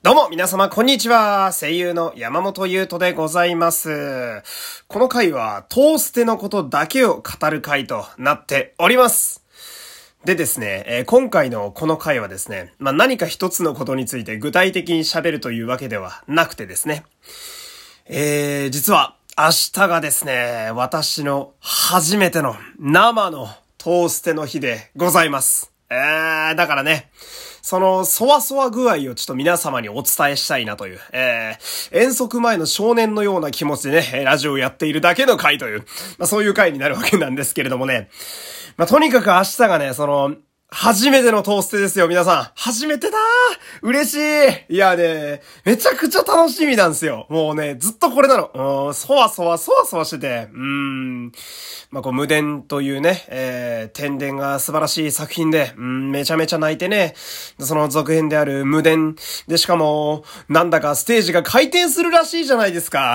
どうも皆様こんにちは。声優の山本優斗でございます。この回はトーステのことだけを語る回となっております。でですね、今回のこの回はですね、何か一つのことについて具体的に喋るというわけではなくてですね、実は明日がですね、私の初めての生のトーステの日でございます。だからね、その、そわそわ具合をちょっと皆様にお伝えしたいなという、遠足前の少年のような気持ちでね、ラジオをやっているだけの回という、そういう回になるわけなんですけれどもね。とにかく明日がね、初めてのトーステですよ、皆さん。初めてだー嬉しいいやね、めちゃくちゃ楽しみなんですよ。もうね、ずっとこれなの。そわそわしてて。無電というね、天電が素晴らしい作品で、めちゃめちゃ泣いてね、その続編である無電で、しかも、なんだかステージが回転するらしいじゃないですか。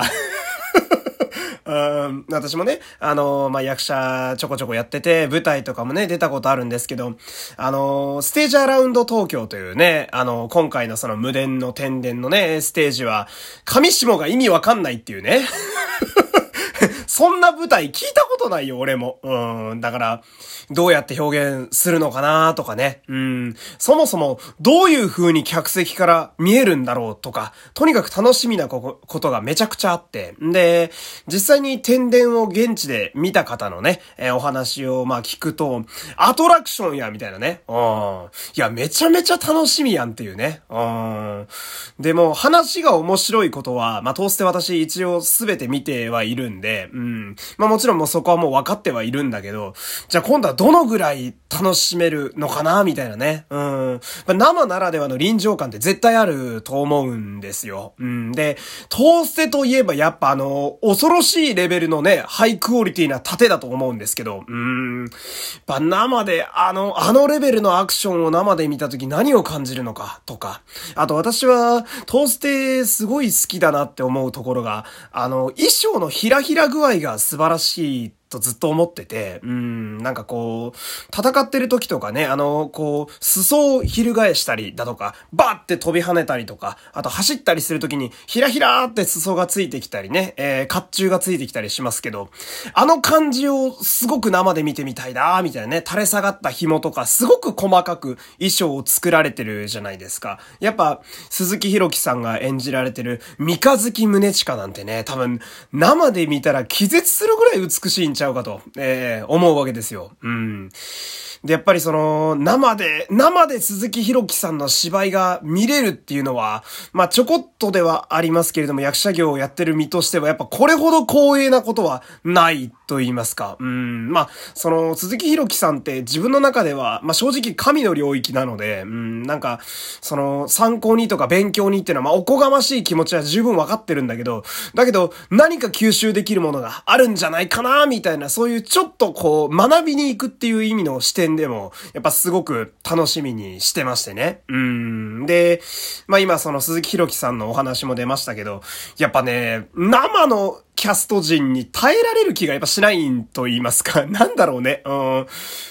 私もね、役者ちょこちょこやってて、舞台とかもね、出たことあるんですけど、ステージアラウンド東京というね、今回のその無電の天電のね、ステージは、上下が意味わかんないっていうね。そんな舞台聞いたことないよ、俺も。だから、どうやって表現するのかなとかね。そもそも、どういう風に客席から見えるんだろうとか、とにかく楽しみなことがめちゃくちゃあって。で、実際に天電を現地で見た方のね、お話を聞くと、アトラクションや、みたいなね。いや、めちゃめちゃ楽しみやんっていうね。でも、話が面白いことは、トーステ私一応すべて見てはいるんで、もちろんもうそこはもう分かってはいるんだけど、じゃあ今度はどのぐらい楽しめるのかなみたいなね。生ならではの臨場感って絶対あると思うんですよ。で、トーステといえばやっぱ恐ろしいレベルのね、ハイクオリティな盾だと思うんですけど、生であのレベルのアクションを生で見たとき何を感じるのかとか、あと私はトーステすごい好きだなって思うところが、衣装のひらひら具合が素晴らしいとずっと思ってて、戦ってる時とかね、裾を翻したりだとか、バーって飛び跳ねたりとか、あと走ったりする時に、ひらひらーって裾がついてきたりね、甲冑がついてきたりしますけど、あの感じをすごく生で見てみたいなーみたいなね、垂れ下がった紐とか、すごく細かく衣装を作られてるじゃないですか。やっぱ、鈴木弘樹さんが演じられてる三日月宗近なんてね、多分、生で見たら気絶するぐらい美しいんちゃうかと、思うわけですよ。で、やっぱり生で鈴木弘樹さんの芝居が見れるっていうのは、ちょこっとではありますけれども、役者業をやってる身としては、やっぱこれほど光栄なことはないと言いますか。鈴木弘樹さんって自分の中では、正直神の領域なので、参考にとか勉強にっていうのは、おこがましい気持ちは十分わかってるんだけど、何か吸収できるものがあるんじゃないかな、みたいな、そういうちょっと学びに行くっていう意味の視点でも、やっぱすごく楽しみにしてましてね。で、今鈴木弘樹さんのお話も出ましたけど、やっぱね、生のキャスト陣に耐えられる気がやっぱしないと言いますか、なんだろうね。うわ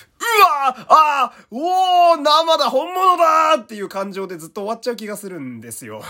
生だ本物だっていう感情でずっと終わっちゃう気がするんですよ。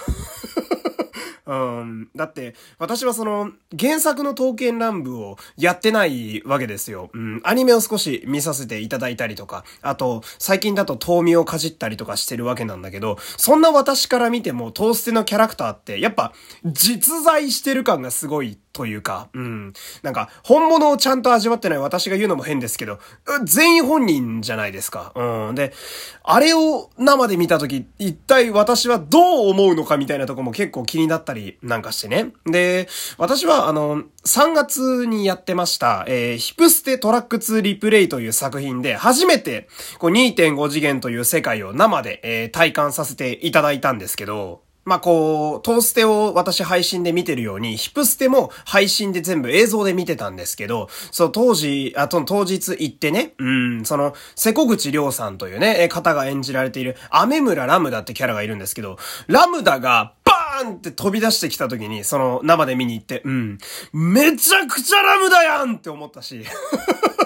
だって、私は原作の刀剣乱舞をやってないわけですよ。アニメを少し見させていただいたりとか、あと、最近だと豆苗をかじったりとかしてるわけなんだけど、そんな私から見ても、トーステのキャラクターって、やっぱ、実在してる感がすごいというか、本物をちゃんと味わってない私が言うのも変ですけど、全員本人じゃないですか。で、あれを生で見たとき、一体私はどう思うのかみたいなとこも結構気になったりなんかしてね。で、私は3月にやってました、ヒプステトラック2リプレイという作品で、初めて、2.5 次元という世界を生で、体感させていただいたんですけど、トーステを私配信で見てるように、ヒプステも配信で全部映像で見てたんですけど、当日行ってね、瀬古口亮さんというね、方が演じられている、アメムララムダってキャラがいるんですけど、ラムダが、バーンって飛び出してきた時に、生で見に行って、めちゃくちゃラムダやんって思ったし、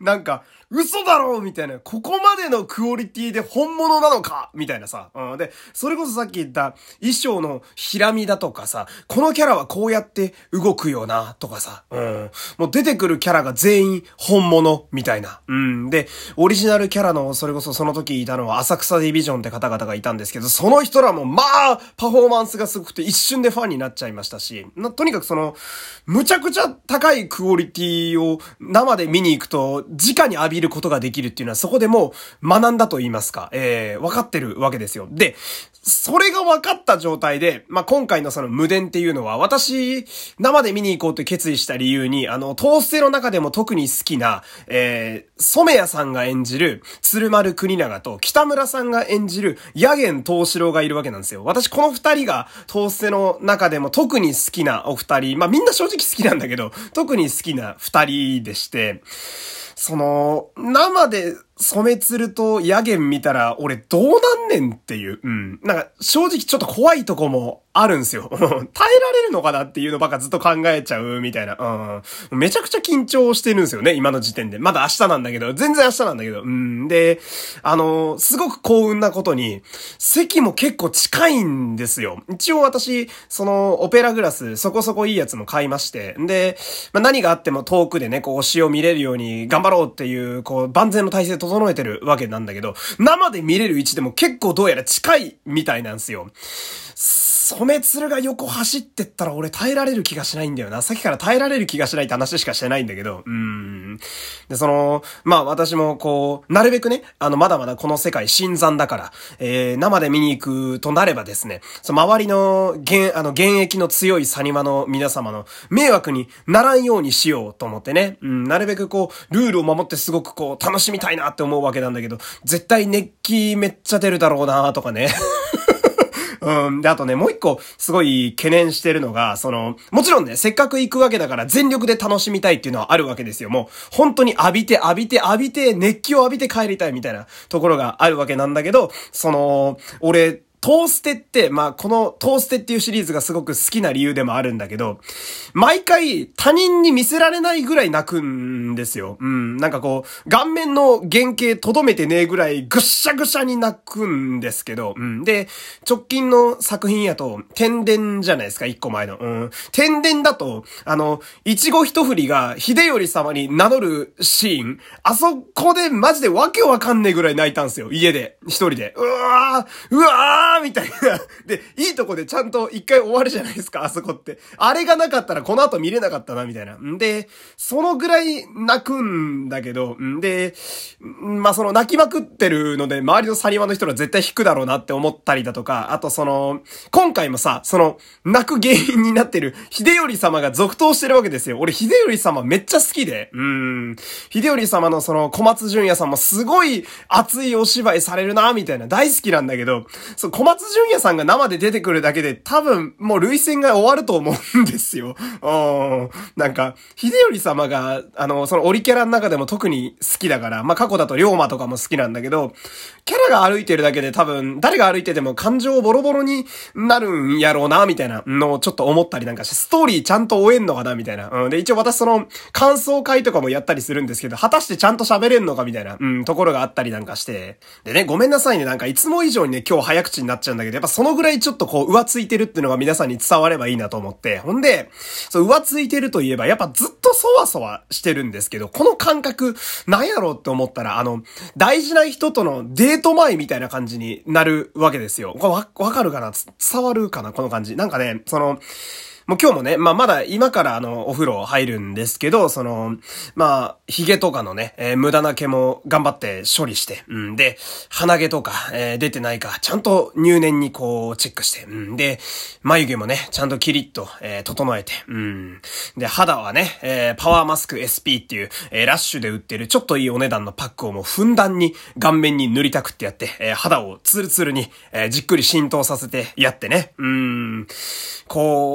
なんか、嘘だろみたいな。ここまでのクオリティで本物なのかみたいなさ。で、それこそさっき言った衣装のひらみだとかさ、このキャラはこうやって動くよな、とかさ。もう出てくるキャラが全員本物、みたいな。で、オリジナルキャラの、それこそその時いたのは浅草ディビジョンって方々がいたんですけど、その人らもまあ、パフォーマンスがすごくて一瞬でファンになっちゃいましたし、とにかくその、むちゃくちゃ高いクオリティを生で見に行くと、直に浴びることができるっていうのはそこでもう学んだと言いますか、分かってるわけですよ。で、それが分かった状態で、今回のその無電っていうのは、私、生で見に行こうと決意した理由に、トーステの中でも特に好きな、染谷さんが演じる鶴丸国長と北村さんが演じる八玄東四郎がいるわけなんですよ。私この二人がトーステの中でも特に好きなお二人、みんな正直好きなんだけど、特に好きな二人でして、生で染鶴と八玄見たら、俺どうなんねんっていう。なんか、正直ちょっと怖いとこもあるんすよ。耐えられるのかなっていうのばっかずっと考えちゃうみたいな。めちゃくちゃ緊張してるんですよね、今の時点で。まだ明日なんだけど、全然明日なんだけど。で、すごく幸運なことに、席も結構近いんですよ。一応私、オペラグラス、そこそこいいやつも買いまして。で、何があっても遠くでね、こう、推しを見れるように頑張ろうっていう、こう、万全の体制整えてるわけなんだけど、生で見れる位置でも結構どうやら近いみたいなんですよ。染鶴が横走ってったら俺耐えられる気がしないんだよな。さっきから耐えられる気がしないって話しかしてないんだけど。で、私もこう、なるべくね、まだまだこの世界新参だから、生で見に行くとなればですね、周りの現役の強いサニマの皆様の迷惑にならんようにしようと思ってね、なるべくこう、ルールを守ってすごくこう、楽しみたいなって思うわけなんだけど、絶対熱気めっちゃ出るだろうなとかね。で、あとね、もう一個、すごい懸念してるのが、もちろんね、せっかく行くわけだから全力で楽しみたいっていうのはあるわけですよ。もう、本当に浴びて、熱気を浴びて帰りたいみたいなところがあるわけなんだけど、俺、トーステって、このトーステっていうシリーズがすごく好きな理由でもあるんだけど、毎回他人に見せられないぐらい泣くんですよ。なんかこう、顔面の原型とどめてねえぐらいぐっしゃぐしゃに泣くんですけど、で、直近の作品やと、天伝じゃないですか、一個前の。天伝だと、いちご一振りが秀頼様に名乗るシーン、あそこでマジでわけわかんねえぐらい泣いたんですよ、家で、一人で。うわーみたいな。で、いいとこでちゃんと一回終わるじゃないですか、あそこって。あれがなかったらこの後見れなかったな、みたいな。で、そのぐらい泣くんだけど、で、泣きまくってるので、周りのサニワの人ら絶対引くだろうなって思ったりだとか、あと今回もさ、泣く原因になってる、秀頼様が続投してるわけですよ。俺、秀頼様めっちゃ好きで、秀頼様の小松淳也さんもすごい熱いお芝居されるな、みたいな、大好きなんだけど、小松淳也さんが生で出てくるだけで多分もう涙腺が終わると思うんですよ。なんか、秀頼様が、オリキャラの中でも特に好きだから、過去だと龍馬とかも好きなんだけど、キャラが歩いてるだけで多分、誰が歩いてても感情ボロボロになるんやろうな、みたいなのをちょっと思ったりなんかして、ストーリーちゃんと終えんのかな、みたいな。で、一応私感想会とかもやったりするんですけど、果たしてちゃんと喋れんのか、みたいな、ところがあったりなんかして。でね、ごめんなさいね、なんかいつも以上にね、今日早口になっちゃうんだけど、やっぱそのぐらいちょっとこう、浮ついてるっていうのが皆さんに伝わればいいなと思って。ほんで、浮ついてるといえば、やっぱずっとそわそわしてるんですけど、この感覚、なんやろうって思ったら、大事な人とのデート前みたいな感じになるわけですよ。これわかるかな？伝わるかなこの感じ。なんかね、もう今日もね、まだ今からお風呂入るんですけど、髭とかのね、無駄な毛も頑張って処理して、で、鼻毛とか、出てないか、ちゃんと入念にこう、チェックして、で、眉毛もね、ちゃんとキリッと、整えて、で、肌はね、パワーマスク SP っていう、ラッシュで売ってるちょっといいお値段のパックをもうふんだんに顔面に塗りたくってやって、肌をツルツルに、じっくり浸透させてやってね、こう、なんやろ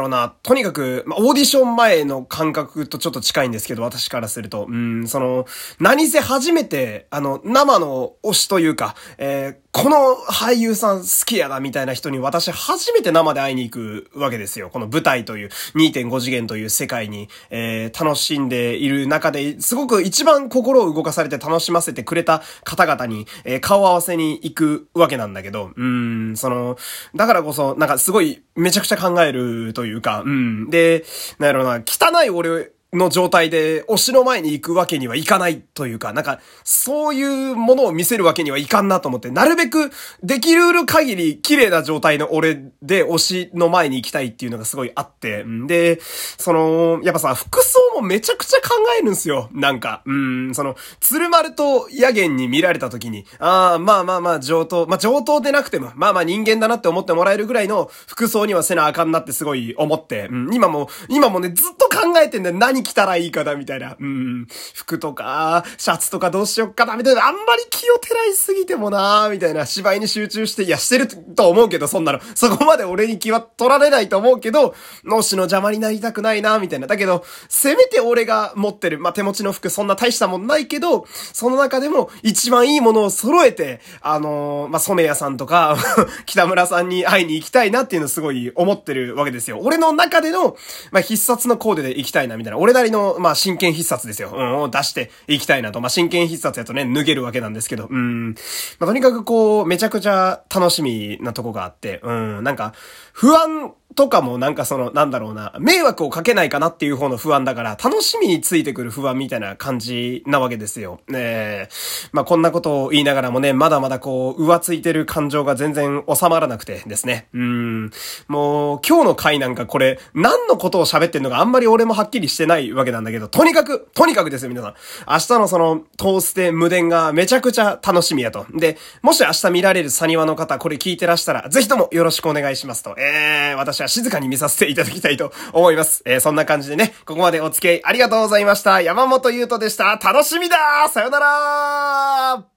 ろうな、とにかく、オーディション前の感覚とちょっと近いんですけど、私からすると、何せ初めて、生の推しというか、この俳優さん好きやなみたいな人に私初めて生で会いに行くわけですよ。この舞台という2.5次元という世界に、楽しんでいる中ですごく一番心を動かされて楽しませてくれた方々に、顔合わせに行くわけなんだけど、だからこそなんかすごいめちゃくちゃ考えるというか、で、なんやろうな、汚い俺の状態で推しの前に行くわけにはいかないというか、なんか、そういうものを見せるわけにはいかんなと思って、なるべくできる限り綺麗な状態の俺で推しの前に行きたいっていうのがすごいあって、で、やっぱさ、服装もめちゃくちゃ考えるんすよ。なんか、鶴丸とヤゲンに見られた時に、上等でなくても、人間だなって思ってもらえるぐらいの服装にはせなあかんなってすごい思って、今もね、ずっと考えてんだよ。何着たらいいかなみたいな。服とか、シャツとかどうしよっかなみたいな。あんまり気をてらいすぎてもなみたいな。芝居に集中して、いや、してると思うけど、そんなの。そこまで俺に気は取られないと思うけど、脳死の邪魔になりたくないなみたいな。だけど、せめて俺が持ってる、手持ちの服そんな大したもんないけど、その中でも一番いいものを揃えて、染谷さんとか、北村さんに会いに行きたいなっていうのをすごい思ってるわけですよ。俺の中での、必殺のコーデで行きたいなみたいな。俺なりの、真剣必殺ですよ。を出していきたいなと。真剣必殺やとね、脱げるわけなんですけど。とにかくこう、めちゃくちゃ楽しみなとこがあって、なんか、不安とかもなんかなんだろうな、迷惑をかけないかなっていう方の不安だから、楽しみについてくる不安みたいな感じなわけですよ。こんなことを言いながらもね、まだまだこう、浮ついてる感情が全然収まらなくてですね。もう、今日の回なんかこれ、何のことを喋ってんのかあんまり俺もはっきりしてないわけなんだけど、とにかくですよ、皆さん。明日のトーステ無電がめちゃくちゃ楽しみやと。で、もし明日見られるサニワの方、これ聞いてらしたら、ぜひともよろしくお願いしますと。私は静かに見させていただきたいと思います。そんな感じでね、ここまでお付き合いありがとうございました。山本優斗でした。楽しみだー、さよならー。